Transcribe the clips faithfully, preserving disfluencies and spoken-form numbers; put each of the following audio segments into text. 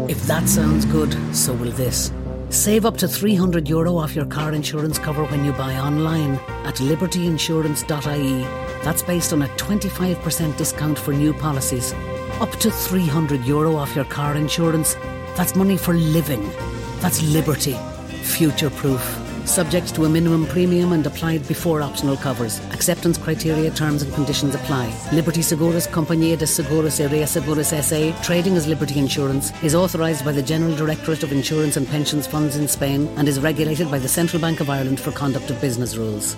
If that sounds good, so will this. Save up to three hundred euro off your car insurance cover when you buy online at liberty insurance dot I E. That's based on a twenty-five percent discount for new policies. Up to three hundred euro off your car insurance. That's money for living. That's Liberty. Future-proof. Subject to a minimum premium and applied before optional covers. Acceptance criteria, terms and conditions apply. Liberty Seguros Compañía de Seguros y Reaseguros S A, trading as Liberty Insurance, is authorised by the General Directorate of Insurance and Pensions Funds in Spain and is regulated by the Central Bank of Ireland for conduct of business rules.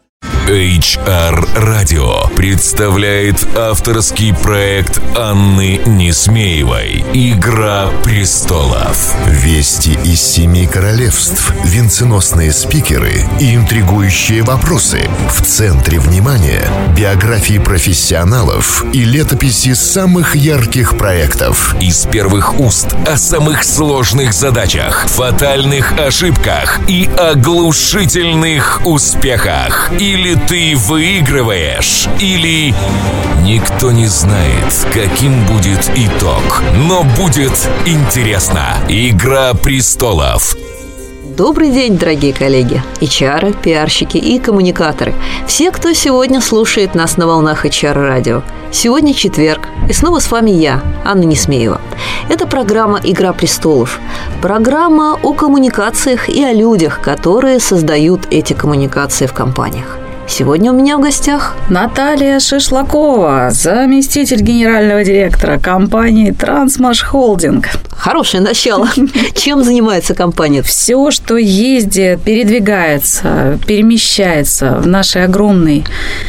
эйч ар Radio представляет авторский проект Анны Несмеевой «Игра престолов». Вести из семи королевств, венценосные спикеры и интригующие вопросы. В центре внимания биографии профессионалов и летописи самых ярких проектов. Из первых уст о самых сложных задачах, фатальных ошибках и оглушительных успехах. Или ты выигрываешь, или никто не знает, каким будет итог. Но будет интересно. «Игра престолов». Добрый день, дорогие коллеги, эйч ар, пиарщики и коммуникаторы. Все, кто сегодня слушает нас на волнах эйч ар-радио. Сегодня четверг, и снова с вами я, Анна Несмеева. Это программа «Игра престолов». Программа о коммуникациях и о людях, которые создают эти коммуникации в компаниях. Сегодня у меня в гостях Наталья Шишлакова, заместитель генерального директора компании «Трансмаш Холдинг». Хорошее начало. Чем занимается компания? Все, что ездит, передвигается, перемещается в нашей огромной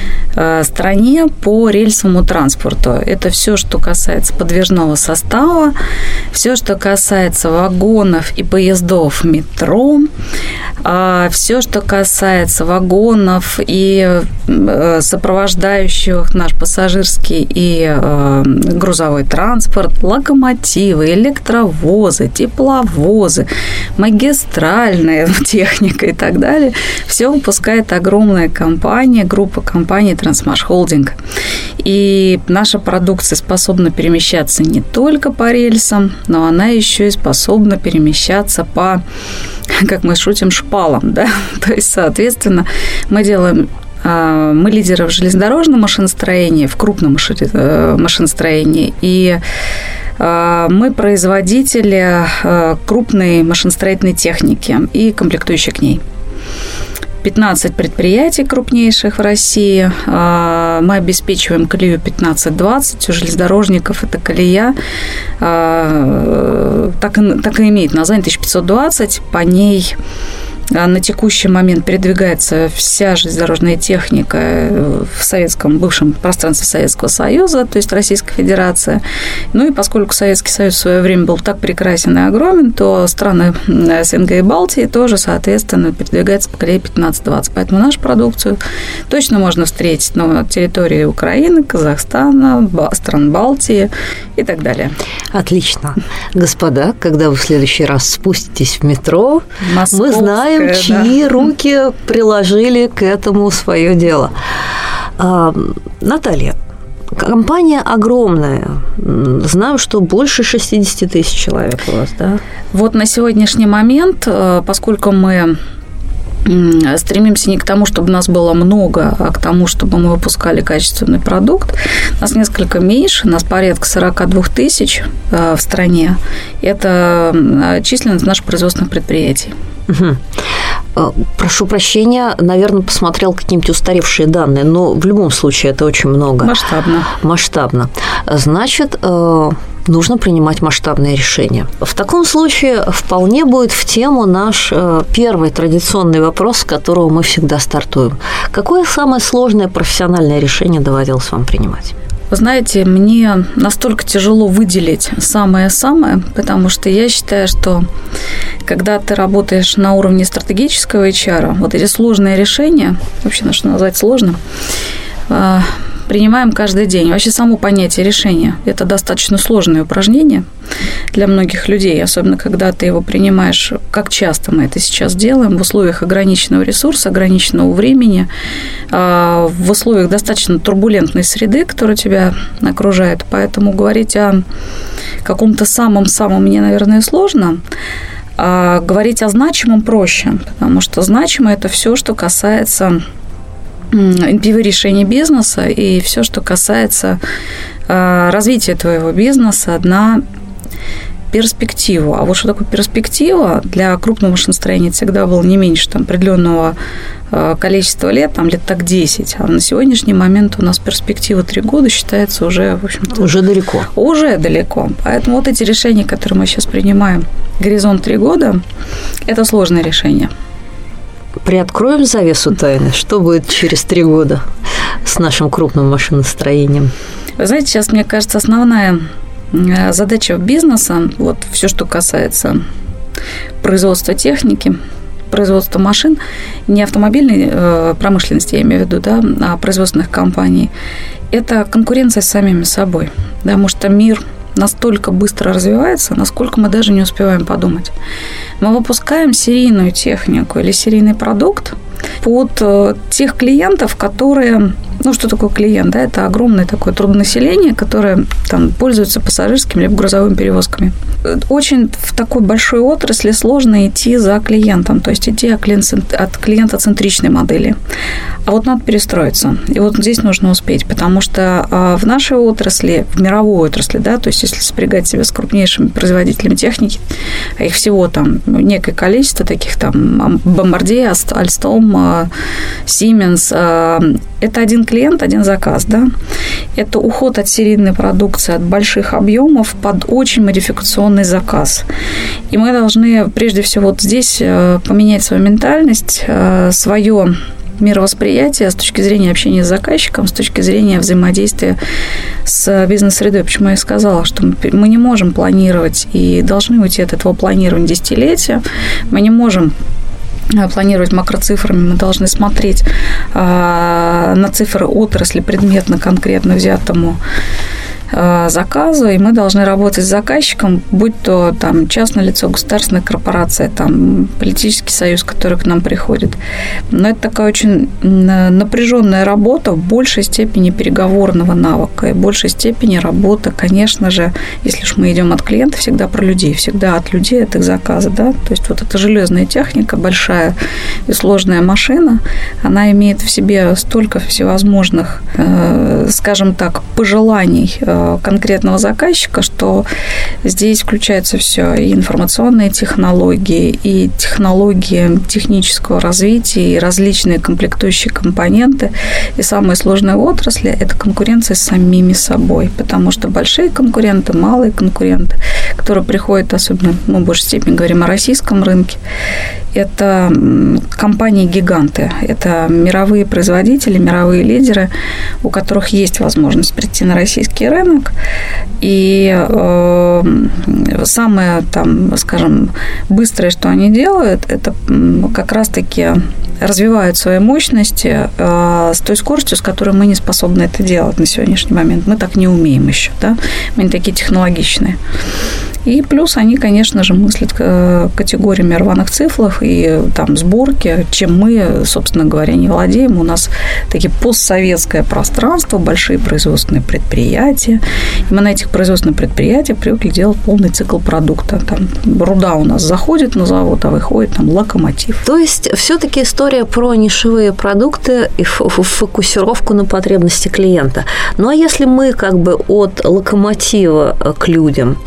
стране по рельсовому транспорту. Это все, что касается подвижного состава, все, что касается вагонов и поездов метро, все, что касается вагонов и сопровождающих наш пассажирский и грузовой транспорт, локомотивы, электровозы, тепловозы, магистральная техника и так далее. Все выпускает огромная компания, группа компаний «Трансмаш Холдинг». И наша продукция способна перемещаться не только по рельсам, но она еще и способна перемещаться по, как мы шутим, шпалам, да? То есть, соответственно, мы делаем мы лидеры в железнодорожном машиностроении, в крупном машиностроении, и мы производители крупной машиностроительной техники и комплектующей к ней. пятнадцать предприятий крупнейших в России. Мы обеспечиваем колею пятнадцать двадцать. У железнодорожников эта колея так и, так и имеет название тысяча пятьсот двадцать. По ней на текущий момент передвигается вся железнодорожная техника в советском, бывшем пространстве Советского Союза, то есть Российская Федерация. Ну и поскольку Советский Союз в свое время был так прекрасен и огромен, то страны СНГ и Балтии тоже, соответственно, передвигаются по колее пятнадцать двадцать. Поэтому нашу продукцию точно можно встретить на территории Украины, Казахстана, стран Балтии и так далее. Отлично. Господа, когда вы в следующий раз спуститесь в метро, мы знаем, чьи да. руки приложили к этому свое дело. А, Наталья, компания огромная. Знаю, что больше шестьдесят тысяч человек у вас, да? Вот на сегодняшний момент, поскольку мы стремимся не к тому, чтобы нас было много, а к тому, чтобы мы выпускали качественный продукт. Нас несколько меньше, нас порядка сорок два тысяч в стране. Это численность наших производственных предприятий. Угу. Прошу прощения, наверное, посмотрел какие-нибудь устаревшие данные, но в любом случае это очень много. Масштабно. Масштабно. Значит, нужно принимать масштабные решения. В таком случае вполне будет в тему наш первый традиционный вопрос, с которого мы всегда стартуем. Какое самое сложное профессиональное решение доводилось вам принимать? Вы знаете, мне настолько тяжело выделить самое-самое, потому что я считаю, что когда ты работаешь на уровне стратегического эйч ар, вот эти сложные решения, вообще на что назвать сложным, принимаем каждый день. Вообще само понятие решения – это достаточно сложное упражнение для многих людей, особенно когда ты его принимаешь, как часто мы это сейчас делаем, в условиях ограниченного ресурса, ограниченного времени, в условиях достаточно турбулентной среды, которая тебя окружает. Поэтому говорить о каком-то самом-самом мне, наверное, сложно. А говорить о значимом проще, потому что значимо – это все, что касается эн пи ви-решений бизнеса и все, что касается развития твоего бизнеса на перспективу. А вот что такое перспектива? Для крупного машиностроения всегда было не меньше там, определенного количества лет, там лет так десять. А на сегодняшний момент у нас перспектива три года считается уже, в общем-то... Уже далеко. Уже далеко. Поэтому вот эти решения, которые мы сейчас принимаем, горизонт три года, это сложное решение. Приоткроем завесу тайны. Что будет через три года с нашим крупным машиностроением? Вы знаете, сейчас, мне кажется, основная задача бизнеса, вот все, что касается производства техники, производства машин, не автомобильной э, промышленности, я имею в виду, да, а производственных компаний, это конкуренция с самими собой, да, потому что мир настолько быстро развивается, насколько мы даже не успеваем подумать. Мы выпускаем серийную технику или серийный продукт под э, тех клиентов, которые... Ну, что такое клиент? Да? Это огромное такое трудонаселение, которое там, пользуется пассажирскими либо грузовыми перевозками. Очень в такой большой отрасли сложно идти за клиентом, то есть идти от клиентоцентричной модели. А вот надо перестроиться. И вот здесь нужно успеть, потому что в нашей отрасли, в мировой отрасли, да, то есть если сопрягать себя с крупнейшими производителями техники, а их всего там некое количество, таких там Bombardier, Alstom, Siemens, это один клиент, один заказ, да. Это уход от серийной продукции, от больших объемов под очень модификационный заказ. И мы должны прежде всего вот здесь поменять свою ментальность, свое мировосприятие с точки зрения общения с заказчиком, с точки зрения взаимодействия с бизнес-средой. Почему я сказала, что мы не можем планировать и должны уйти от этого планирования десятилетия. Мы не можем планировать макроцифрами, мы должны смотреть э, на цифры отрасли предметно, конкретно взятому э, заказу, и мы должны работать с заказчиком, будь то там, частное лицо, государственная корпорация, там, политический союз, который к нам приходит. Но это такая очень напряженная работа, в большей степени переговорного навыка, и в большей степени работа, конечно же, если уж мы идем от клиента, всегда про людей, всегда от людей, от их заказа. Да? То есть вот эта железная техника, большая и сложная машина, она имеет в себе столько всевозможных, скажем так, пожеланий конкретного заказчика, что здесь включается все, и информационные технологии, и технологии технического развития, и различные комплектующие компоненты. И самое сложное в отрасли – это конкуренция с самими собой, потому что большие конкуренты, малые конкуренты, которые приходят, особенно мы в большей степени говорим о российском рынке, это компании-гиганты, это мировые производители, мировые лидеры, у которых есть возможность прийти на российский рынок. И э, самое, там, скажем, быстрое, что они делают, это как раз-таки развивают свои мощности э, с той скоростью, с которой мы не способны это делать на сегодняшний момент. Мы так не умеем еще, да? Мы не такие технологичные. И плюс они, конечно же, мыслят категориями рваных цифров и там сборки, чем мы, собственно говоря, не владеем. У нас такие постсоветское пространство, большие производственные предприятия. И мы на этих производственных предприятиях привыкли делать полный цикл продукта. Там руда у нас заходит на завод, а выходит там локомотив. То есть все-таки история про нишевые продукты и фокусировку на потребности клиента. Ну а если мы как бы от локомотива к людям,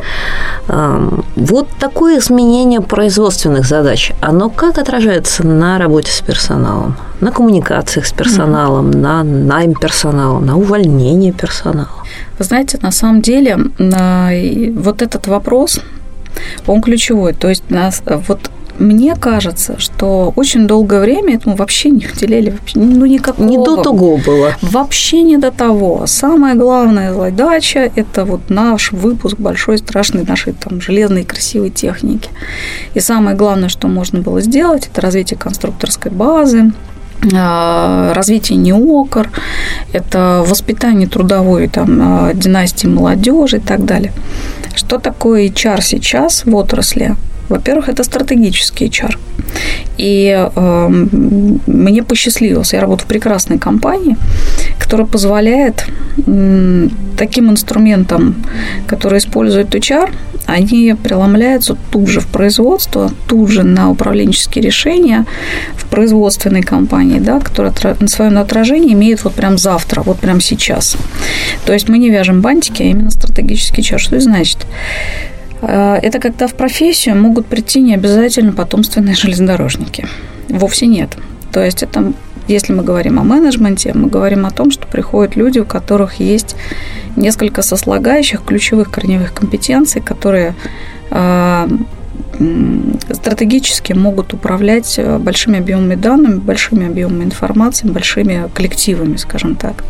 вот такое изменение производственных задач, оно как отражается на работе с персоналом, на коммуникациях с персоналом, mm-hmm. на найм персонала, на увольнение персонала? Вы знаете, на самом деле вот этот вопрос, он ключевой. То есть нас, вот мне кажется, что очень долгое время этому вообще не уделяли ну, никакого. Не до того было. Вообще не до того. Самая главная задача – это вот наш выпуск большой, страшной нашей там, железной красивой техники. И самое главное, что можно было сделать, это развитие конструкторской базы, развитие неокр, это воспитание трудовой там, династии молодежи и так далее. Что такое эйч ар сейчас в отрасли? Во-первых, это стратегический эйч ар. И э, мне посчастливилось, я работаю в прекрасной компании, которая позволяет э, таким инструментам, которые используют эйч ар, они преломляются тут же в производство, тут же на управленческие решения в производственной компании, да, которая свое отражение имеет вот прям завтра, вот прям сейчас. То есть мы не вяжем бантики, а именно стратегический эйч ар. Что это значит? Это когда в профессию могут прийти не обязательно потомственные железнодорожники. Вовсе нет. То есть это, если мы говорим о менеджменте, мы говорим о том, что приходят люди, у которых есть несколько сослагающих ключевых корневых компетенций, которые э, стратегически могут управлять большими объемами данных, большими объемами информации, большими коллективами, скажем так.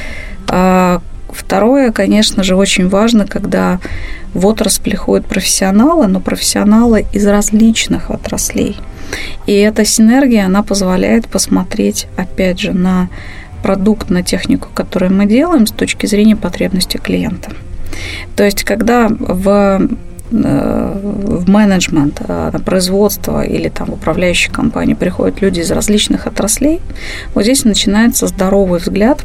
Второе, конечно же, очень важно, когда в отрасль приходят профессионалы, но профессионалы из различных отраслей. И эта синергия, она позволяет посмотреть, опять же, на продукт, на технику, которую мы делаем с точки зрения потребностей клиента. То есть, когда в, в менеджмент, на производство или там, в управляющую компанию приходят люди из различных отраслей, вот здесь начинается здоровый взгляд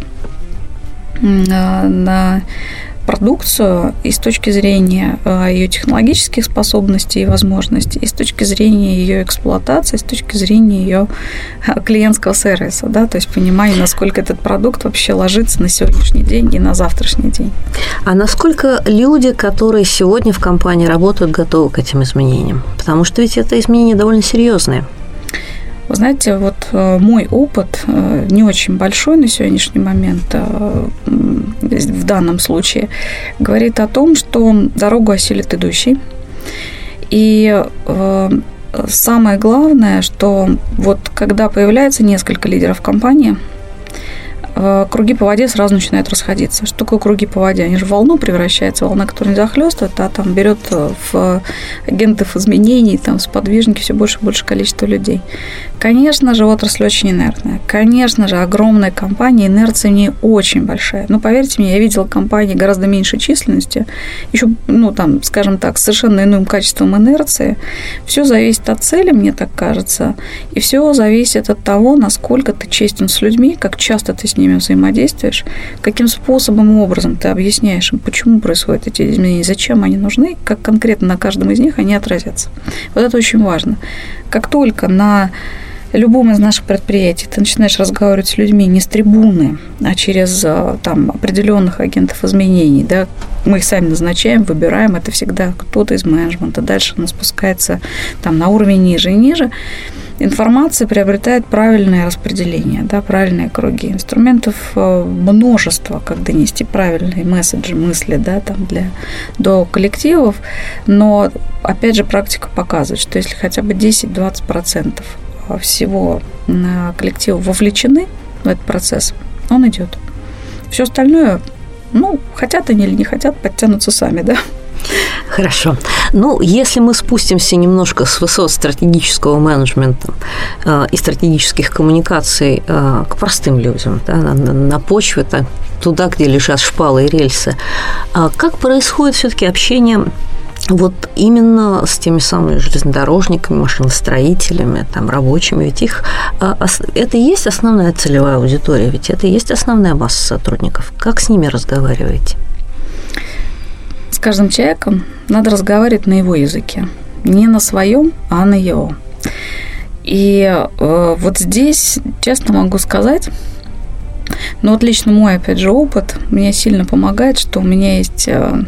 на продукцию и с точки зрения ее технологических способностей и возможностей, и с точки зрения ее эксплуатации, с точки зрения ее клиентского сервиса, да, то есть понимание, насколько этот продукт вообще ложится на сегодняшний день и на завтрашний день. А насколько люди, которые сегодня в компании работают, готовы к этим изменениям? Потому что ведь это изменения довольно серьезные. Вы знаете, вот мой опыт не очень большой на сегодняшний момент в данном случае говорит о том, что дорогу осилит идущий. И самое главное, что вот когда появляется несколько лидеров компании, круги по воде сразу начинают расходиться. Что такое круги по воде? Они же в волну превращаются, волна, которая не захлёстывает, а там берет в агентов изменений, там, сподвижники все больше и больше количество людей. Конечно же, отрасль очень инертная. Конечно же, огромная компания, инерция в ней очень большая. Но поверьте мне, я видела компании гораздо меньшей численности, еще, ну, там, скажем так, с совершенно иным качеством инерции. Все зависит от цели, мне так кажется, и все зависит от того, насколько ты честен с людьми, как часто ты с ними взаимодействуешь, каким способом и образом ты объясняешь им, почему происходят эти изменения, зачем они нужны, как конкретно на каждом из них они отразятся. Вот это очень важно. Как только на любом из наших предприятий ты начинаешь разговаривать с людьми не с трибуны, а через там, определенных агентов изменений, да, мы их сами назначаем, выбираем, это всегда кто-то из менеджмента, дальше она спускается там, на уровень ниже и ниже, информация приобретает правильное распределение, да, правильные круги. Инструментов множество, как донести правильные месседжи, мысли, да, там для, до коллективов, но, опять же, практика показывает, что если хотя бы десять-двадцать процентов всего коллектива вовлечены в этот процесс, он идет. Все остальное, ну, хотят они или не хотят, подтянутся сами, да. Хорошо. Ну, если мы спустимся немножко с высот стратегического менеджмента э, и стратегических коммуникаций э, к простым людям, да, на, на почве, так, туда, где лежат шпалы и рельсы, э, как происходит все-таки общение вот именно с теми самыми железнодорожниками, машиностроителями, там, рабочими? Ведь их, э, это и есть основная целевая аудитория, ведь это и есть основная масса сотрудников. Как с ними разговариваете? С каждым человеком надо разговаривать на его языке. Не на своем, а на его. И э, вот здесь, честно могу сказать, ну вот лично мой, опять же, опыт мне сильно помогает, что у меня есть э,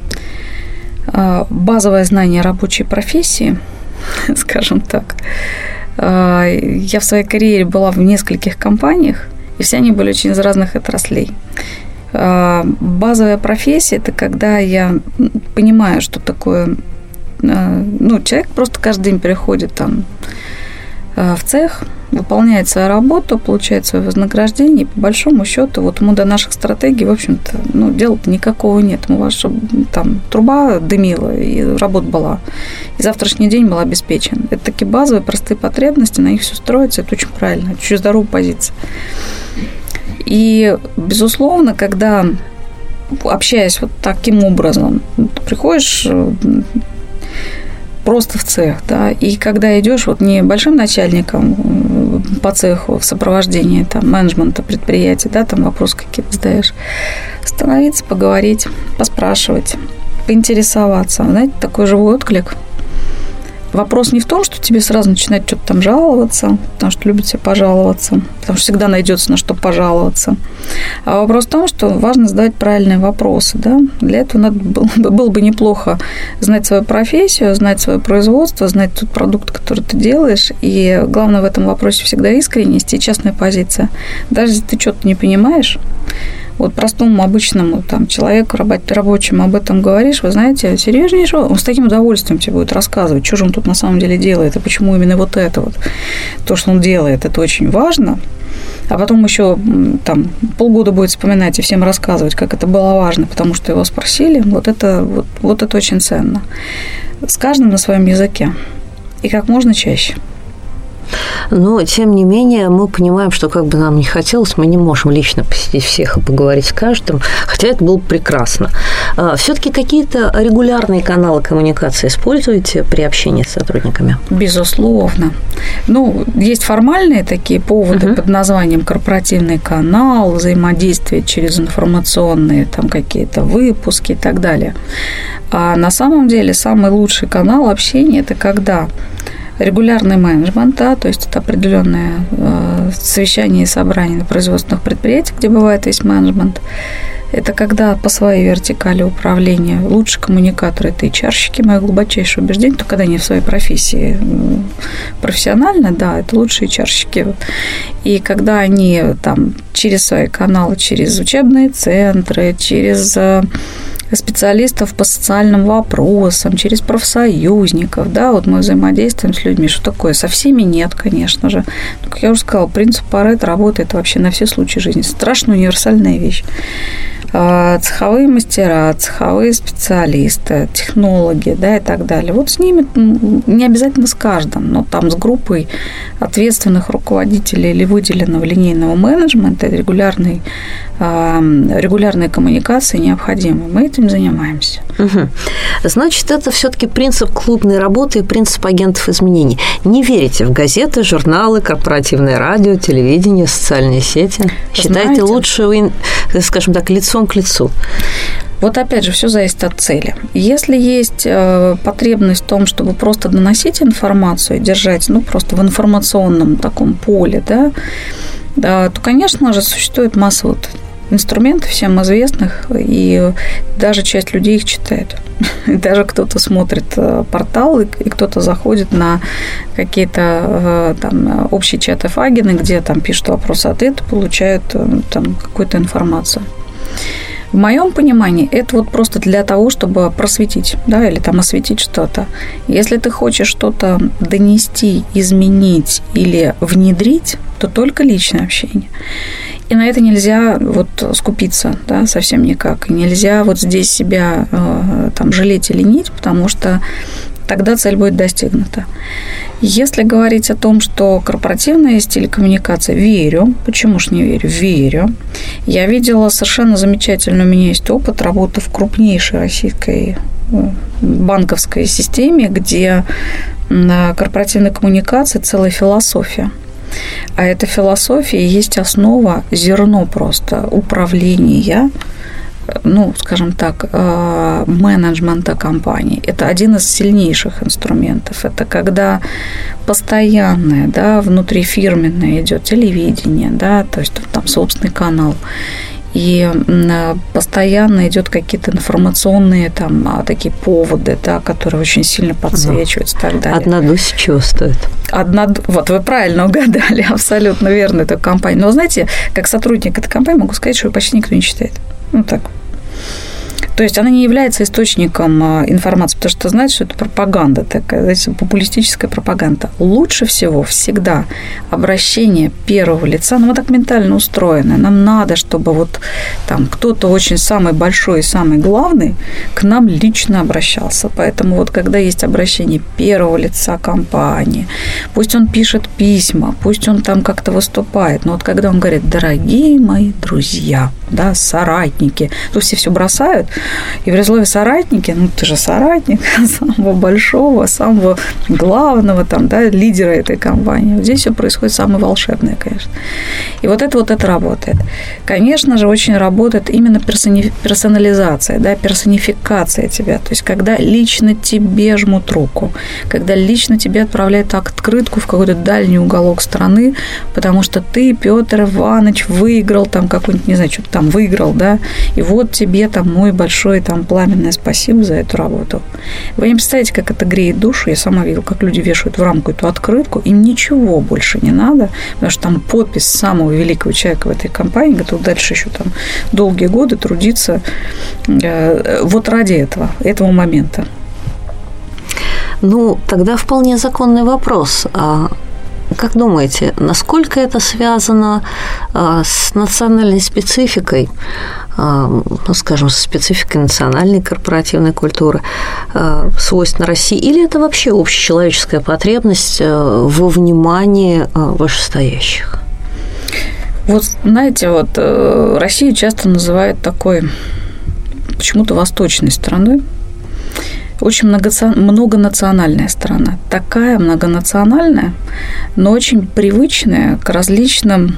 э, базовое знание рабочей профессии, скажем так. Э, я в своей карьере была в нескольких компаниях, и все они были очень из разных отраслей. Базовая профессия – это когда я понимаю, что такое… Ну, человек просто каждый день переходит там в цех, выполняет свою работу, получает свое вознаграждение, и по большому счету вот ему до наших стратегий, в общем-то, ну, дела-то никакого нет. У вас, чтобы там труба дымила, и работа была, и завтрашний день был обеспечен. Это такие базовые, простые потребности, на них все строится, это очень правильно, это очень здоровая позиция. И, безусловно, когда, общаясь вот таким образом, ты приходишь просто в цех, да, и когда идешь вот не большим начальником по цеху в сопровождении там менеджмента предприятия, да, там вопросы какие-то задаешь, остановиться, поговорить, поспрашивать, поинтересоваться, знаете, такой живой отклик. Вопрос не в том, что тебе сразу начинать что-то там жаловаться, потому что любят себе пожаловаться, потому что всегда найдется на что пожаловаться. А вопрос в том, что важно задавать правильные вопросы. Да? Для этого надо было, было бы неплохо знать свою профессию, знать свое производство, знать тот продукт, который ты делаешь. И главное в этом вопросе всегда искренность и честная позиция. Даже если ты что-то не понимаешь, вот простому, обычному там, человеку, рабочему об этом говоришь, вы знаете, серьезнейшего, он с таким удовольствием тебе будет рассказывать, что же он тут на самом деле делает, и почему именно вот это вот, то, что он делает, это очень важно. А потом еще там полгода будет вспоминать и всем рассказывать, как это было важно, потому что его спросили. Вот это, вот, вот это очень ценно. С каждым на своем языке. И как можно чаще. Но, тем не менее, мы понимаем, что как бы нам ни хотелось, мы не можем лично посетить всех и поговорить с каждым, хотя это было бы прекрасно. Все-таки какие-то регулярные каналы коммуникации используете при общении с сотрудниками? Безусловно. Ну, есть формальные такие поводы uh-huh. под названием корпоративный канал, взаимодействие через информационные там какие-то выпуски и так далее. А на самом деле самый лучший канал общения – это когда регулярный менеджмент, да, то есть это определенное э, совещание и собрание на производственных предприятиях, где бывает весь менеджмент. Это когда по своей вертикали управления лучшие коммуникаторы – это эйч ар-щики, мое глубочайшее убеждение, то когда они в своей профессии профессионально, да, это лучшие эйч ар-щики. И когда они там через свои каналы, через учебные центры, через специалистов по социальным вопросам, через профсоюзников, да, вот мы взаимодействуем с людьми. Что такое? Со всеми нет, конечно же. Но, как я уже сказала, принцип Парето работает вообще на все случаи жизни. Страшно универсальная вещь. Цеховые мастера, цеховые специалисты, технологи, да, и так далее. Вот с ними не обязательно с каждым, но там с группой ответственных руководителей или выделенного линейного менеджмента регулярной, регулярной коммуникации необходимы. Мы этим занимаемся. Угу. Значит, это все-таки принцип клубной работы и принцип агентов изменений. Не верите в газеты, журналы, корпоративное радио, телевидение, социальные сети? Считаете, лучше, скажем так, лицом к лицу? Вот опять же, все зависит от цели. Если есть потребность в том, чтобы просто доносить информацию, держать, ну, просто в информационном таком поле, да, да, то, конечно же, существует масса вот инструментов всем известных, и даже часть людей их читает. И даже кто-то смотрит портал, и кто-то заходит на какие-то там общие чаты Фагины, где там пишут вопрос-ответ, получают там какую-то информацию. В моем понимании это вот просто для того, чтобы просветить, да, или там осветить что-то. Если ты хочешь что-то донести, изменить или внедрить, то только личное общение. И на это нельзя вот скупиться, да, совсем никак. И нельзя вот здесь себя э, там жалеть или ленить, потому что тогда цель будет достигнута. Если говорить о том, что корпоративная стиль коммуникации, верю. Почему ж не верю? Верю. Я видела совершенно замечательный, у меня есть опыт работы в крупнейшей российской банковской системе, где на корпоративной коммуникации целая философия. А эта философия есть основа, зерно просто управления, ну, скажем так, менеджмента компании. Это один из сильнейших инструментов. Это когда постоянное, да, внутрифирменное идет телевидение, да, то есть там собственный канал. И постоянно идет какие-то информационные там такие поводы, да, которые очень сильно подсвечиваются и так далее. Одна дося чего стоит? Одна, вот вы правильно угадали, абсолютно верно, эту компанию. Но знаете, как сотрудник этой компании могу сказать, что ее почти никто не читает. Ну так. То есть она не является источником информации, потому что знаете, что это пропаганда такая, знаете, популистическая пропаганда. Лучше всего всегда обращение первого лица, ну, мы так ментально устроены, нам надо, чтобы вот там кто-то очень самый большой и самый главный к нам лично обращался. Поэтому вот когда есть обращение первого лица компании, пусть он пишет письма, пусть он там как-то выступает, но вот когда он говорит: дорогие мои друзья, да, соратники, то все все бросают, и в слове соратники, ну ты же соратник самого большого, самого главного там, да, лидера этой компании. Вот здесь все происходит самое волшебное, конечно. И вот это вот это работает. Конечно же, очень работает именно персони... персонализация, да, персонификация тебя. То есть, когда лично тебе жмут руку, когда лично тебе отправляют открытку в какой-то дальний уголок страны, потому что ты, Петр Иванович, выиграл там какой-нибудь, не знаю, что-то там выиграл, да, и вот тебе там мой большой там пламенное спасибо за эту работу. Вы не представляете, как это греет душу. Я сама видела, как люди вешают в рамку эту открытку, им ничего больше не надо, потому что там подпись самого великого человека в этой компании, готов дальше еще там долгие годы трудиться э, вот ради этого, этого момента. Ну, тогда вполне законный вопрос. А как думаете, насколько это связано а, с национальной спецификой, а, ну, скажем, с спецификой национальной корпоративной культуры, а, свойственно России, или это вообще общечеловеческая потребность а, во внимании а, вышестоящих? Вот, знаете, вот Россию часто называют такой почему-то восточной страной. Очень многонациональная страна. Такая многонациональная, но очень привычная к различным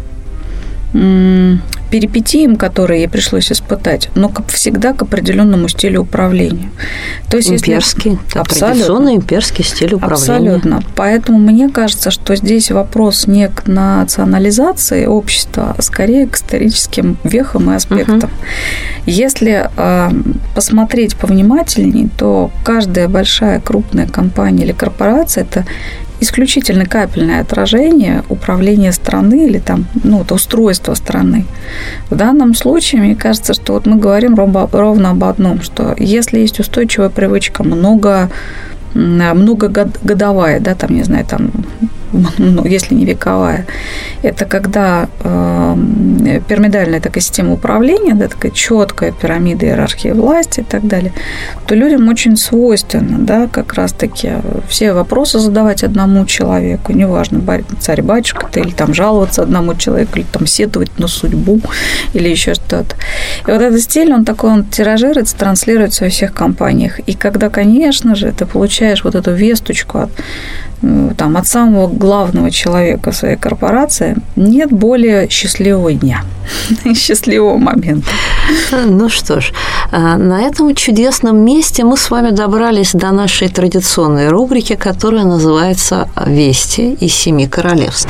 перипетиям, которые ей пришлось испытать, но, как всегда, к определенному стилю управления. То есть, имперский, традиционный имперский стиль управления. Абсолютно. Поэтому мне кажется, что здесь вопрос не к национализации общества, а скорее к историческим вехам и аспектам. Угу. Если э, посмотреть повнимательнее, то каждая большая крупная компания или корпорация – это исключительно капельное отражение управления страны или там, ну, это устройство страны. В данном случае, мне кажется, что вот мы говорим ровно об одном, что если есть устойчивая привычка, много, многогодовая, да, там, не знаю, там, ну, если не вековая, это когда э, пирамидальная такая система управления, да, такая четкая пирамида иерархии власти и так далее, то людям очень свойственно, да, как раз-таки все вопросы задавать одному человеку, неважно, царь-батюшка ты, или там жаловаться одному человеку, или там сетовать на судьбу, или еще что-то. И вот этот стиль, он такой, он тиражируется, транслируется во всех компаниях. И когда, конечно же, ты получаешь вот эту весточку от, там, от самого главного человека в своей корпорации, нет более счастливого дня, счастливого момента. Ну что ж, на этом чудесном месте мы с вами добрались до нашей традиционной рубрики, которая называется «Вести из семи королевств».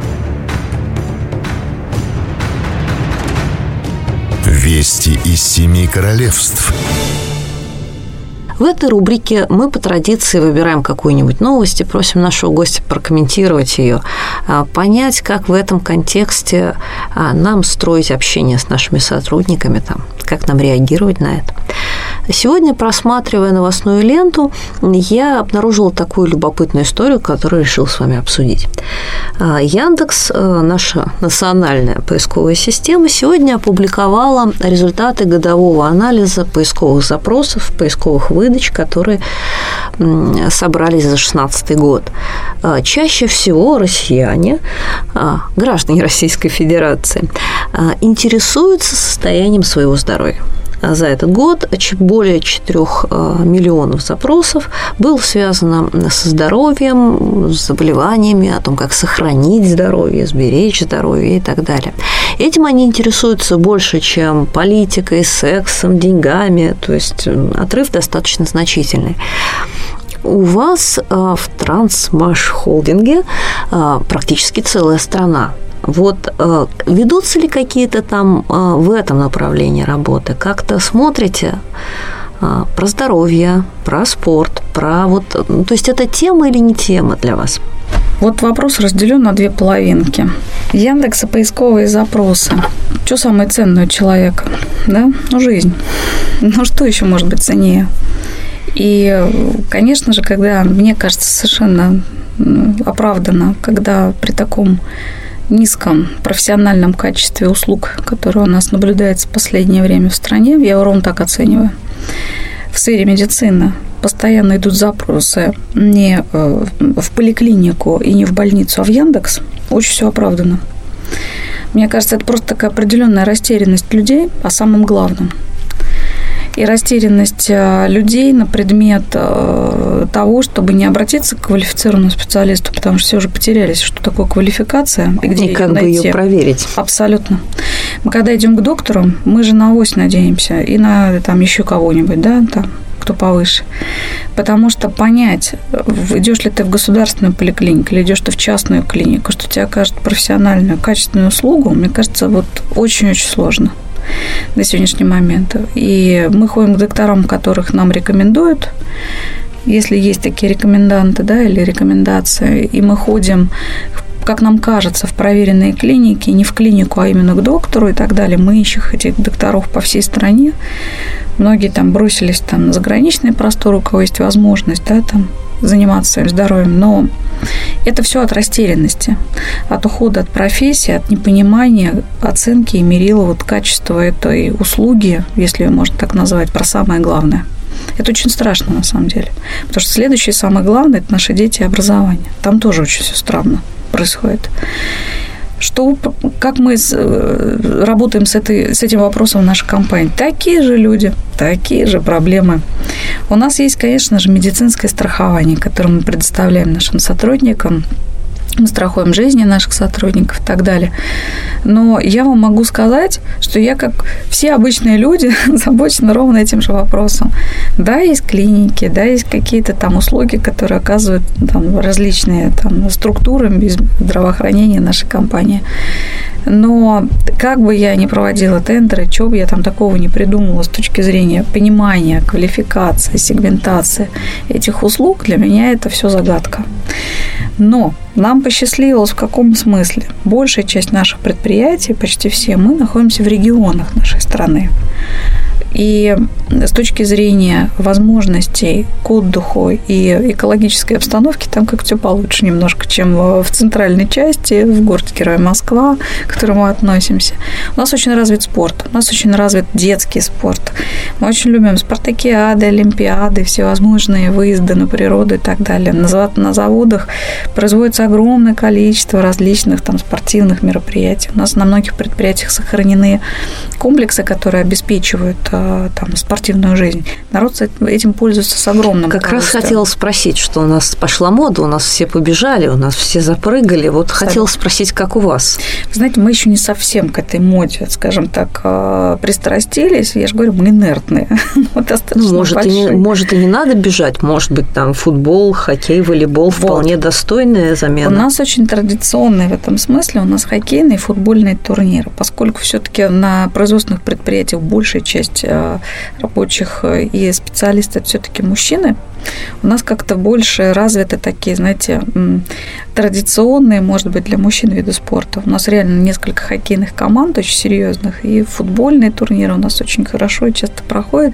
Вести из семи королевств. В этой рубрике мы по традиции выбираем какую-нибудь новость и просим нашего гостя прокомментировать ее, понять, как в этом контексте нам строить общение с нашими сотрудниками, там, как нам реагировать на это. Сегодня, просматривая новостную ленту, я обнаружила такую любопытную историю, которую решил с вами обсудить. Яндекс, наша национальная поисковая система, сегодня опубликовала результаты годового анализа поисковых запросов, поисковых выдач, которые собрались за две тысячи шестнадцатый год. Чаще всего россияне, граждане Российской Федерации, интересуются состоянием своего здоровья. За этот год более четырёх миллионов запросов было связано со здоровьем, с заболеваниями, о том, как сохранить здоровье, сберечь здоровье и так далее. Этим они интересуются больше, чем политикой, сексом, деньгами, то есть отрыв достаточно значительный. У вас в Трансмаш-холдинге практически целая страна. Вот э, ведутся ли какие-то там э, в этом направлении работы? Как-то смотрите э, про здоровье, про спорт, про вот... Ну, то есть это тема или не тема для вас? Вот вопрос разделен на две половинки. Яндекса поисковые запросы Что самое ценное у человека? Да? Ну, жизнь. Ну, что еще может быть ценнее? И, конечно же, когда, мне кажется, совершенно оправданно, когда при таком низком профессиональном качестве услуг, которое у нас наблюдается в последнее время в стране, я его ровно так оцениваю, в сфере медицины постоянно идут запросы не в поликлинику и не в больницу, а в Яндекс, очень все оправдано. Мне кажется, это просто такая определенная растерянность людей о самом главном. И растерянность людей на предмет того, чтобы не обратиться к квалифицированному специалисту, потому что все уже потерялись, что такое квалификация и где и как бы ее проверить. Абсолютно. Мы когда идем к доктору, мы же на авось надеемся и на там еще кого-нибудь, да, там, кто повыше. Потому что понять, идешь ли ты в государственную поликлинику или идешь ты в частную клинику, что тебе окажут профессиональную, качественную услугу, мне кажется, вот очень-очень сложно на сегодняшний момент. И мы ходим к докторам, которых нам рекомендуют, если есть такие рекоменданты, да, или рекомендации, и мы ходим, как нам кажется, в проверенные клиники, не в клинику, а именно к доктору и так далее. Мы ищем этих докторов по всей стране. Многие там бросились там, на заграничные просторы, у кого есть возможность, да, там, заниматься своим здоровьем, но это все от растерянности, от ухода от профессии, от непонимания оценки и мерила вот качества этой услуги, если ее можно так назвать, про самое главное. Это очень страшно на самом деле, потому что следующее самое главное – это наши дети и образование. Там тоже очень все странно происходит. Что, как мы работаем с, этой, с этим вопросом в нашей компании? Такие же люди, такие же проблемы. У нас есть, конечно же, медицинское страхование, которое мы предоставляем нашим сотрудникам. Мы страхуем жизни наших сотрудников и так далее. Но я вам могу сказать, что я, как все обычные люди, озабочена ровно этим же вопросом. Да, есть клиники, да, есть какие-то там услуги, которые оказывают там, различные там, структуры здравоохранения нашей компании. Но как бы я ни проводила тендеры, что бы я там такого не придумала с точки зрения понимания, квалификации, сегментации этих услуг, для меня это все загадка. Но нам посчастливилось в каком смысле? Большая часть наших предприятий, почти все, мы находимся в регионах нашей страны. И с точки зрения возможностей к отдыху и экологической обстановки там как-то все получше немножко, чем в центральной части, в городе Герой Москва, к которому мы относимся. У нас очень развит спорт, у нас очень развит детский спорт. Мы очень любим спартакиады, олимпиады, всевозможные выезды на природу и так далее. На заводах производится огромное количество различных там спортивных мероприятий. У нас на многих предприятиях сохранены комплексы, которые обеспечивают там, спортивную жизнь. Народ этим пользуется с огромным Как раз хотела спросить, что у нас пошла мода, у нас все побежали, у нас все запрыгали. Вот Абсолютно. Хотела спросить, как у вас? Вы знаете, мы еще не совсем к этой моде, скажем так, пристрастились. Я же говорю, мы инертные. ну, может, и не, может, и не надо бежать. Может быть, там футбол, хоккей, волейбол вот. Вполне достойная замена. У нас очень традиционные в этом смысле. У нас хоккейные и футбольные турниры. Поскольку все-таки на производственных предприятиях большая часть рабочих и специалистов это все-таки мужчины, у нас как-то больше развиты такие, знаете, традиционные, может быть, для мужчин виды спорта. У нас реально несколько хоккейных команд очень серьезных, и футбольные турниры у нас очень хорошо и часто проходят.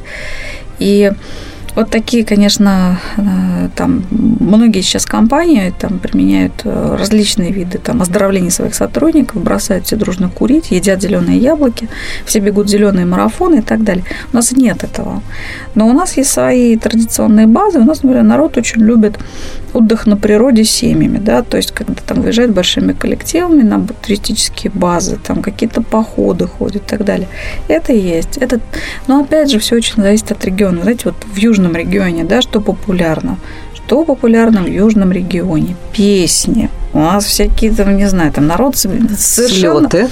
И вот такие, конечно, там многие сейчас компании там применяют различные виды там оздоровления своих сотрудников, бросают все дружно курить, едят зеленые яблоки, все бегут зеленые марафоны и так далее. У нас нет этого. Но у нас есть свои традиционные базы. У нас, например, народ очень любит отдых на природе с семьями, да, то есть когда там выезжают большими коллективами на туристические базы, там какие-то походы ходят и так далее. Это есть. Это, но опять же, все очень зависит от региона. Знаете, вот в южном регионе, да, что популярно? Что популярно в южном регионе? Песни. У нас всякие, там, не знаю, там народ совершенно... Слёты.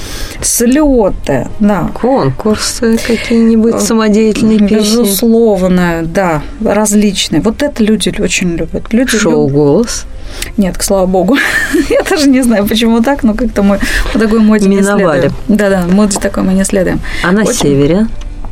Слёты, да. Конкурсы какие-нибудь, самодеятельные песни. Безусловно, да, различные. Вот это люди очень любят. Люди Шоу любят... «Голос». Нет, слава богу. Я даже не знаю, почему так, но как-то мы по такой моде не следуем. Да-да, моде такой мы не следуем. А на очень... севере?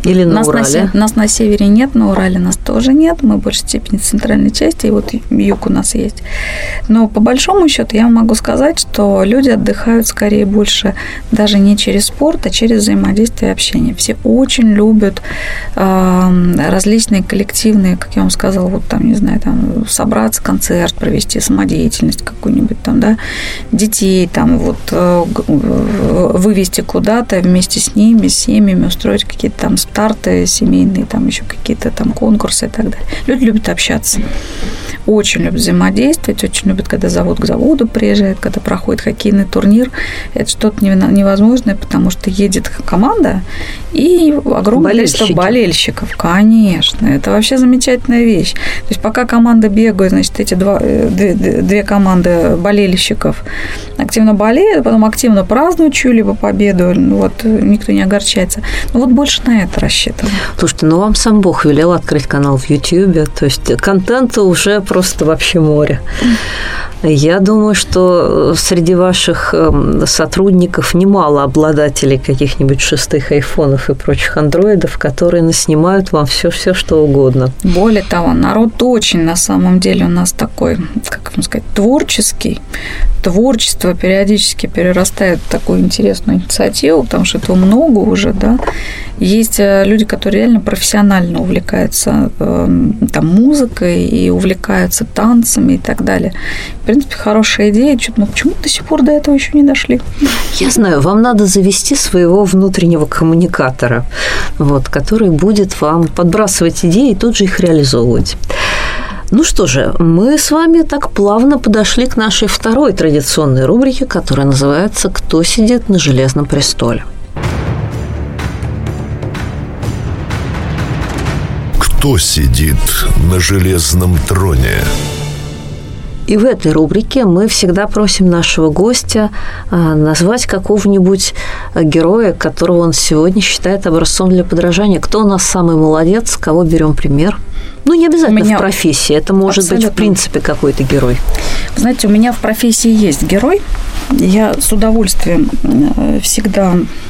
Или на нас Урале? На, нас на севере нет, на Урале нас тоже нет. Мы в большей степени в центральной части, и вот юг у нас есть. Но по большому счету я вам могу сказать, что люди отдыхают скорее больше даже не через спорт, а через взаимодействие и общение. Все очень любят э, различные коллективные, как я вам сказала, вот там, не знаю, там собраться, концерт провести, самодеятельность какую-нибудь там, да, детей там вот э, вывести куда-то вместе с ними, с семьями, устроить какие-то там старты семейные, там еще какие-то там конкурсы и так далее. Люди любят общаться. Очень любят взаимодействовать, очень любят, когда завод к заводу приезжает, когда проходит хоккейный турнир. Это что-то невозможное, потому что едет команда и огромное количество болельщиков. Конечно, это вообще замечательная вещь. То есть пока команда бегает, значит, эти два, две, две команды болельщиков активно болеют, потом активно празднуют чью-либо победу, вот, никто не огорчается. Ну вот больше на это рассчитано. Слушайте, ну вам сам Бог велел открыть канал в Ютьюбе, то есть контента уже просто вообще море. Я думаю, что среди ваших сотрудников немало обладателей каких-нибудь шестых айфонов и прочих андроидов, которые наснимают вам все-все, что угодно. Более того, народ очень, на самом деле, у нас такой, как вам сказать, творческий. Творчество периодически перерастает в такую интересную инициативу, потому что этого много уже, да. Есть люди, которые реально профессионально увлекаются там, музыкой и увлекаются танцами и так далее. В принципе, хорошая идея. Что-то, ну, почему до сих пор до этого еще не дошли? Я знаю, вам надо завести своего внутреннего коммуникатора, вот, который будет вам подбрасывать идеи и тут же их реализовывать. Ну что же, мы с вами так плавно подошли к нашей второй традиционной рубрике, которая называется «Кто сидит на железном престоле?». Кто сидит на железном троне? И в этой рубрике мы всегда просим нашего гостя назвать какого-нибудь героя, которого он сегодня считает образцом для подражания. Кто у нас самый молодец, с кого берем пример? Ну, не обязательно в профессии, это может Абсолютно. быть, в принципе, какой-то герой. Знаете, у меня в профессии есть герой. Я с удовольствием всегда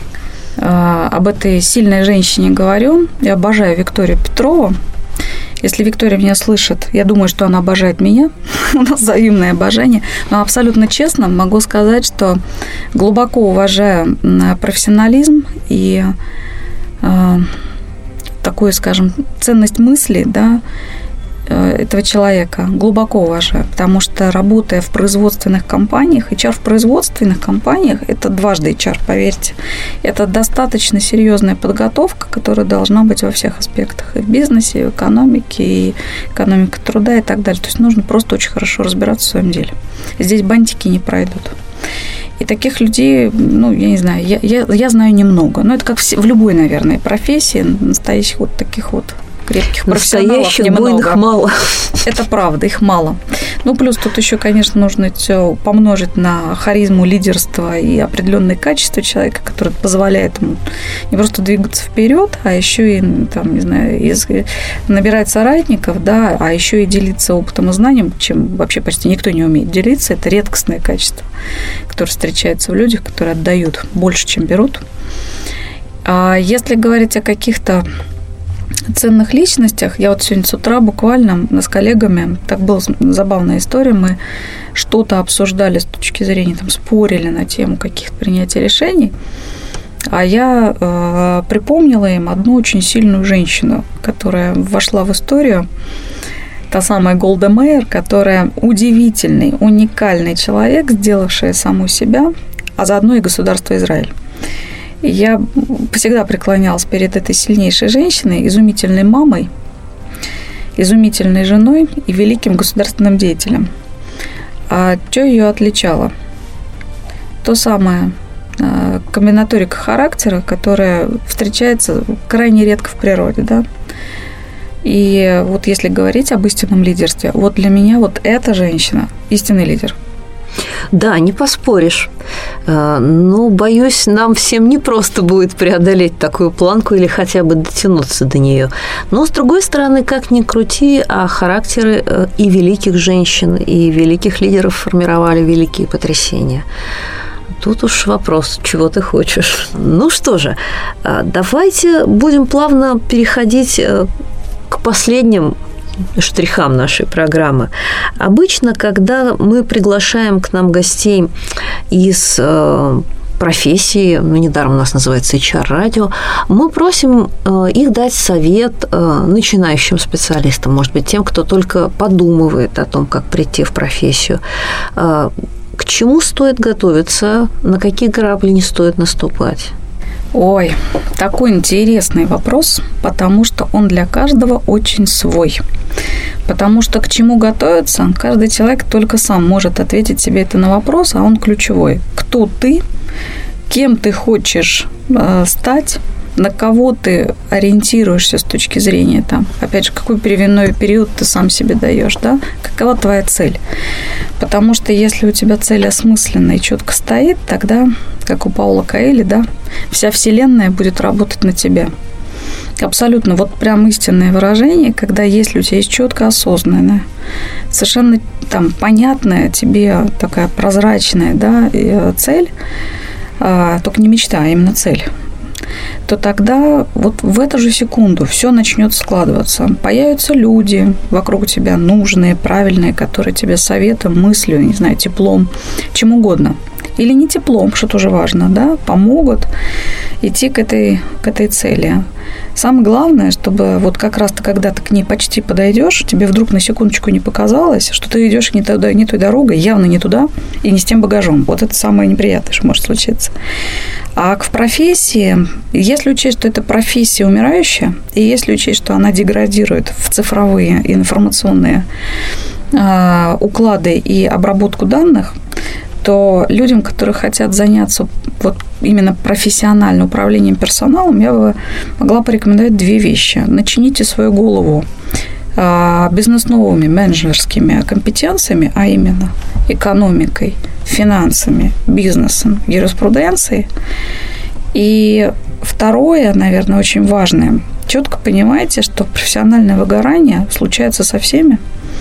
об этой сильной женщине говорю. Я обожаю Викторию Петрову. Если Виктория меня слышит, я думаю, что она обожает меня. У нас взаимное обожание. Но абсолютно честно могу сказать, что глубоко уважаю профессионализм и э, такую, скажем, ценность мысли, да, этого человека. Глубоко уважаю, потому что, работая в производственных компаниях, эйч ар в производственных компаниях – это дважды эйч ар, поверьте. Это достаточно серьезная подготовка, которая должна быть во всех аспектах. И в бизнесе, и в экономике, и экономика труда, и так далее. То есть нужно просто очень хорошо разбираться в своем деле. Здесь бантики не пройдут. И таких людей, ну, я не знаю, я, я, я знаю немного. Но это как в, в любой, наверное, профессии, настоящих вот таких вот крепких профессионалов немного. Настоящих мало. Это правда, их мало. Ну, плюс тут еще, конечно, нужно все помножить на харизму, лидерство и определенные качества человека, которые позволяют ему не просто двигаться вперед, а еще и, там, не знаю, из, набирать соратников, да, а еще и делиться опытом и знанием, чем вообще почти никто не умеет делиться. Это редкостное качество, которое встречается в людях, которые отдают больше, чем берут. А если говорить о каких-то ценных личностях. Я вот сегодня с утра буквально с коллегами, так была забавная история, мы что-то обсуждали с точки зрения, там, спорили на тему каких-то принятия решений, а я э, припомнила им одну очень сильную женщину, которая вошла в историю, та самая Голда Меир, которая удивительный, уникальный человек, сделавшая саму себя, а заодно и государство Израиль. Я всегда преклонялась перед этой сильнейшей женщиной, изумительной мамой, изумительной женой и великим государственным деятелем. А что ее отличало? То самое комбинаторика характера, которая встречается крайне редко в природе, да. И вот если говорить об истинном лидерстве, вот для меня вот эта женщина истинный лидер. Да, не поспоришь. Но, боюсь, нам всем не просто будет преодолеть такую планку или хотя бы дотянуться до нее. Но, с другой стороны, как ни крути, а характеры и великих женщин, и великих лидеров формировали великие потрясения. тут уж вопрос, чего ты хочешь. Ну что же, давайте будем плавно переходить к последним штрихам нашей программы. Обычно, когда мы приглашаем к нам гостей из профессии, ну, недаром у нас называется эйч ар-радио, мы просим их дать совет начинающим специалистам, может быть, тем, кто только подумывает о том, как прийти в профессию. К чему стоит готовиться, на какие грабли не стоит наступать? Ой, такой интересный вопрос, потому что он для каждого очень свой. Потому что к чему готовиться, каждый человек только сам может ответить себе это на вопрос, а он ключевой. Кто ты, кем ты хочешь э, стать, на кого ты ориентируешься с точки зрения, там, опять же, какой переменной период ты сам себе даешь, да? Какова твоя цель? Потому что если у тебя цель осмысленная и четко стоит, тогда, как у Паула Коэльо, да, вся вселенная будет работать на тебя. Абсолютно, вот прям истинное выражение, когда если у тебя есть четко осознанная, совершенно там понятная тебе такая прозрачная, да, цель, а, только не мечта, а именно цель, то тогда вот в эту же секунду все начнет складываться. Появятся люди вокруг тебя нужные, правильные, которые тебе советом, мыслью, не знаю, теплом, чем угодно. Или не теплом, что тоже важно, да, помогут идти к этой, к этой цели. Самое главное, чтобы вот как раз-то, когда ты к ней почти подойдешь, тебе вдруг на секундочку не показалось, что ты идешь не, туда, не той дорогой, явно не туда и не с тем багажом. Вот это самое неприятное, что может случиться. А в профессии, если учесть, что это профессия умирающая, и если учесть, что она деградирует в цифровые информационные э, уклады и обработку данных, то людям, которые хотят заняться вот именно профессионально управлением персоналом, я бы могла порекомендовать две вещи. Начините свою голову бизнес-новыми менеджерскими компетенциями, а именно экономикой, финансами, бизнесом, юриспруденцией. И второе, наверное, очень важное. Четко понимаете, что профессиональное выгорание случается со всеми.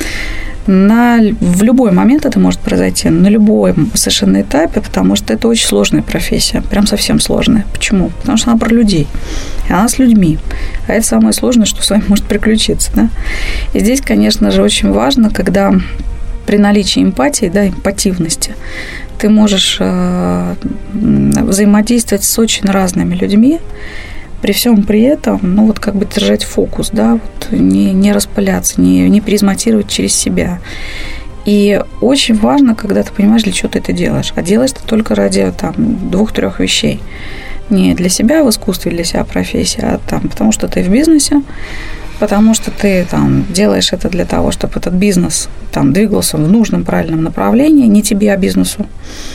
На, в любой момент это может произойти, на любом совершенно этапе, потому что это очень сложная профессия, прям совсем сложная. Почему? Потому что она про людей, и она с людьми. А это самое сложное, что с вами может приключиться. Да? И здесь, конечно же, очень важно, когда при наличии эмпатии, да, эмпативности, ты можешь э, взаимодействовать с очень разными людьми, при всем при этом, ну, вот как бы держать фокус, да, вот не, не распыляться, не, не призматировать через себя. И очень важно, когда ты понимаешь, для чего ты это делаешь. А делаешь ты только ради там двух-трех вещей. Не для себя в искусстве, для себя профессия, а там, потому что ты в бизнесе, потому что ты там делаешь это для того, чтобы этот бизнес там двигался в нужном, правильном направлении, не тебе, а бизнесу.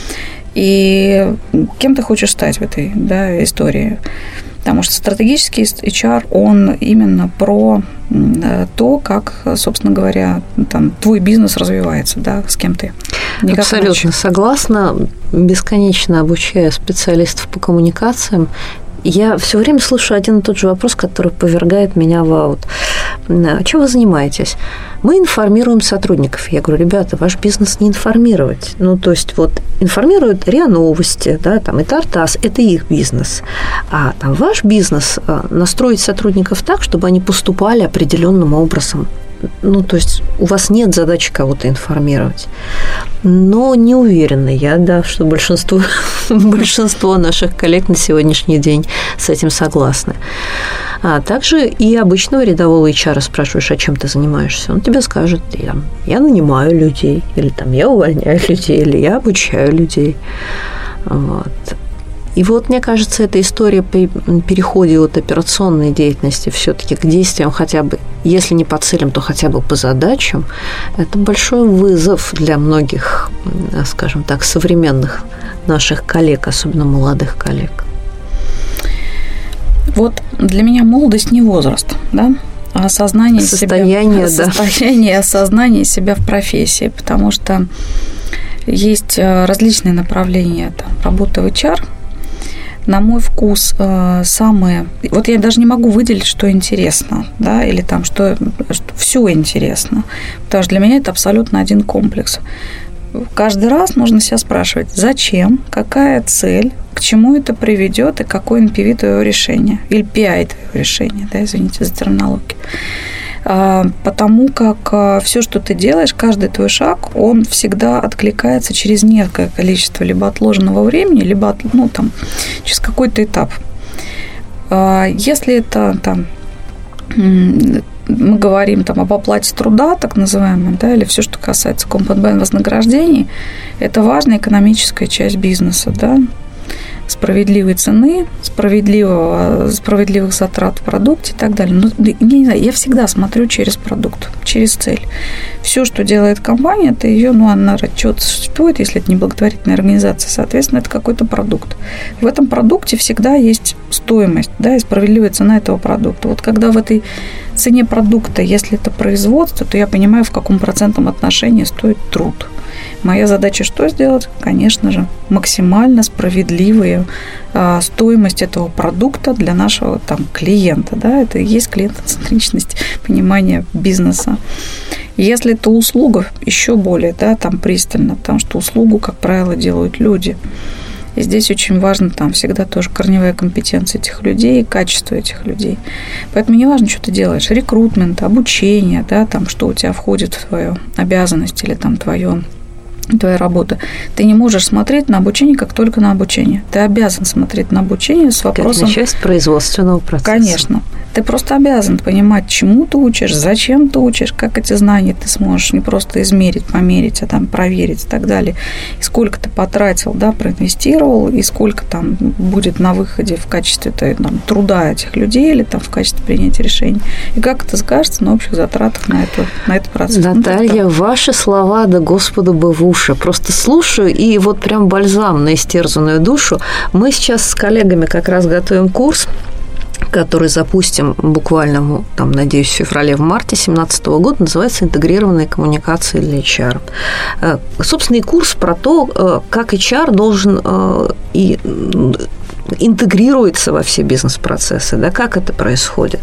И кем ты хочешь стать в этой, да, истории? Потому что стратегический эйч ар, он именно про то, как, собственно говоря, там, твой бизнес развивается, да, с кем ты. Никак Абсолютно иначе. Согласна. Бесконечно обучая специалистов по коммуникациям, я все время слышу один и тот же вопрос, который повергает меня в аут. Чем вы занимаетесь? Мы информируем сотрудников. Я говорю, ребята, ваш бизнес не информировать. Ну, то есть, вот информируют РИА Новости, да, там, и Тартас, это их бизнес. А там ваш бизнес настроить сотрудников так, чтобы они поступали определенным образом. Ну, то есть, у вас нет задачи кого-то информировать. Но не уверена я, да, что большинство, большинство наших коллег на сегодняшний день с этим согласны. А также и обычного рядового эйч ар спрашиваешь, а чем ты занимаешься? Он тебе скажет, я, я нанимаю людей, или там, я увольняю людей, или я обучаю людей. Вот. И вот, мне кажется, эта история при переходе от операционной деятельности все-таки к действиям хотя бы, если не по целям, то хотя бы по задачам, это большой вызов для многих, скажем так, современных наших коллег, особенно молодых коллег. Вот для меня молодость не возраст, да, а осознание состояние, себя, да. состояние, осознание себя в профессии, потому что есть различные направления там, работы в эйч ар. На мой вкус, самые... Вот я даже не могу выделить, что интересно, да, или там, что, что все интересно, потому что для меня это абсолютно один комплекс. каждый раз нужно себя спрашивать, зачем, какая цель, к чему это приведет и какой эн пи ви твоего решения, или пи ай твоего решения, да, извините за терминологию. Потому как все, что ты делаешь, каждый твой шаг, он всегда откликается через некое количество либо отложенного времени, либо ну, там, через какой-то этап. Если это там, мы говорим там, об оплате труда, так называемой, да, или все, что касается компенсационных вознаграждений, это важная экономическая часть бизнеса, да, справедливой цены, справедливого, справедливых затрат в продукте и так далее. Но, я не знаю, я всегда смотрю через продукт, через цель. Все, что делает компания, это ее, ну, она отчет существует, если это не благотворительная организация, соответственно, это какой-то продукт. В этом продукте всегда есть стоимость, да, и справедливая цена этого продукта. Вот когда в этой цене продукта, если это производство, то я понимаю, в каком процентном отношении стоит труд. Моя задача что сделать? Конечно же, максимально справедливую а, стоимость этого продукта для нашего там, клиента. Да? Это и есть клиентоцентричность, понимание бизнеса. Если это услуга, еще более да, там, пристально, потому что услугу, как правило, делают люди. И здесь очень важно там всегда тоже корневая компетенция этих людей и качество этих людей. Поэтому не важно, что ты делаешь. Рекрутмент, обучение, да, там, что у тебя входит в твою обязанность или там твое твоя работа. Ты не можешь смотреть на обучение как только на обучение. Ты обязан смотреть на обучение с вопросом... Это часть производственного процесса. Конечно. Ты просто обязан понимать, чему ты учишь, зачем ты учишь, как эти знания ты сможешь не просто измерить, померить, а там проверить и так далее. И сколько ты потратил, да, проинвестировал, и сколько там будет на выходе в качестве там, труда этих людей или там в качестве принятия решений. И как это скажется на общих затратах на, эту, на этот процесс. Наталья, ну, ваши слова, да Господу бы в уши. Просто слушаю, и вот прям бальзам на истерзанную душу. Мы сейчас с коллегами как раз готовим курс, который запустим буквально, там, надеюсь, в феврале, в марте две тысячи семнадцатого года, называется «Интегрированные коммуникации для эйч ар». Собственный курс про то, как эйч ар должен и интегрируется во все бизнес-процессы, да, как это происходит.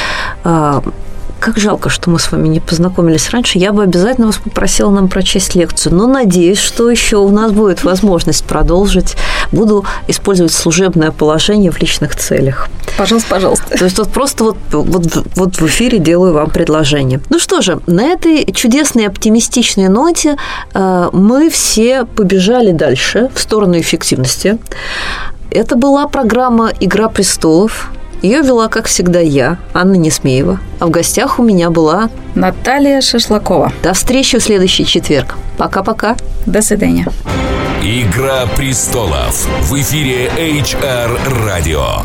Как жалко, что мы с вами не познакомились раньше. Я бы обязательно вас попросила нам прочесть лекцию. Но надеюсь, что еще у нас будет возможность продолжить. Буду использовать служебное положение в личных целях. Пожалуйста, пожалуйста. То есть вот просто вот, вот, вот в эфире делаю вам предложение. Ну что же, на этой чудесной оптимистичной ноте э, мы все побежали дальше в сторону эффективности. Это была программа «Игра престолов». Ее вела, как всегда, я, Анна Несмеева. А в гостях у меня была Наталья Шашлакова. До встречи в следующий четверг. Пока-пока. До свидания. «Игра престолов» в эфире эйч ар Radio.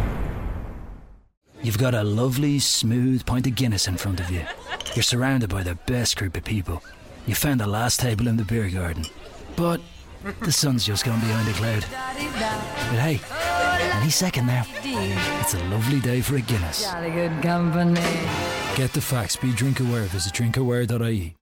You've got a lovely, smooth pint of Guinness in front of you. You're surrounded by the best group of people. You found the last table in the beer garden. But the sun's just gone behind a cloud. But hey, any second now, it's a lovely day for a Guinness. Jolly good company. Get the facts, be drink aware, visit drink aware dot I E.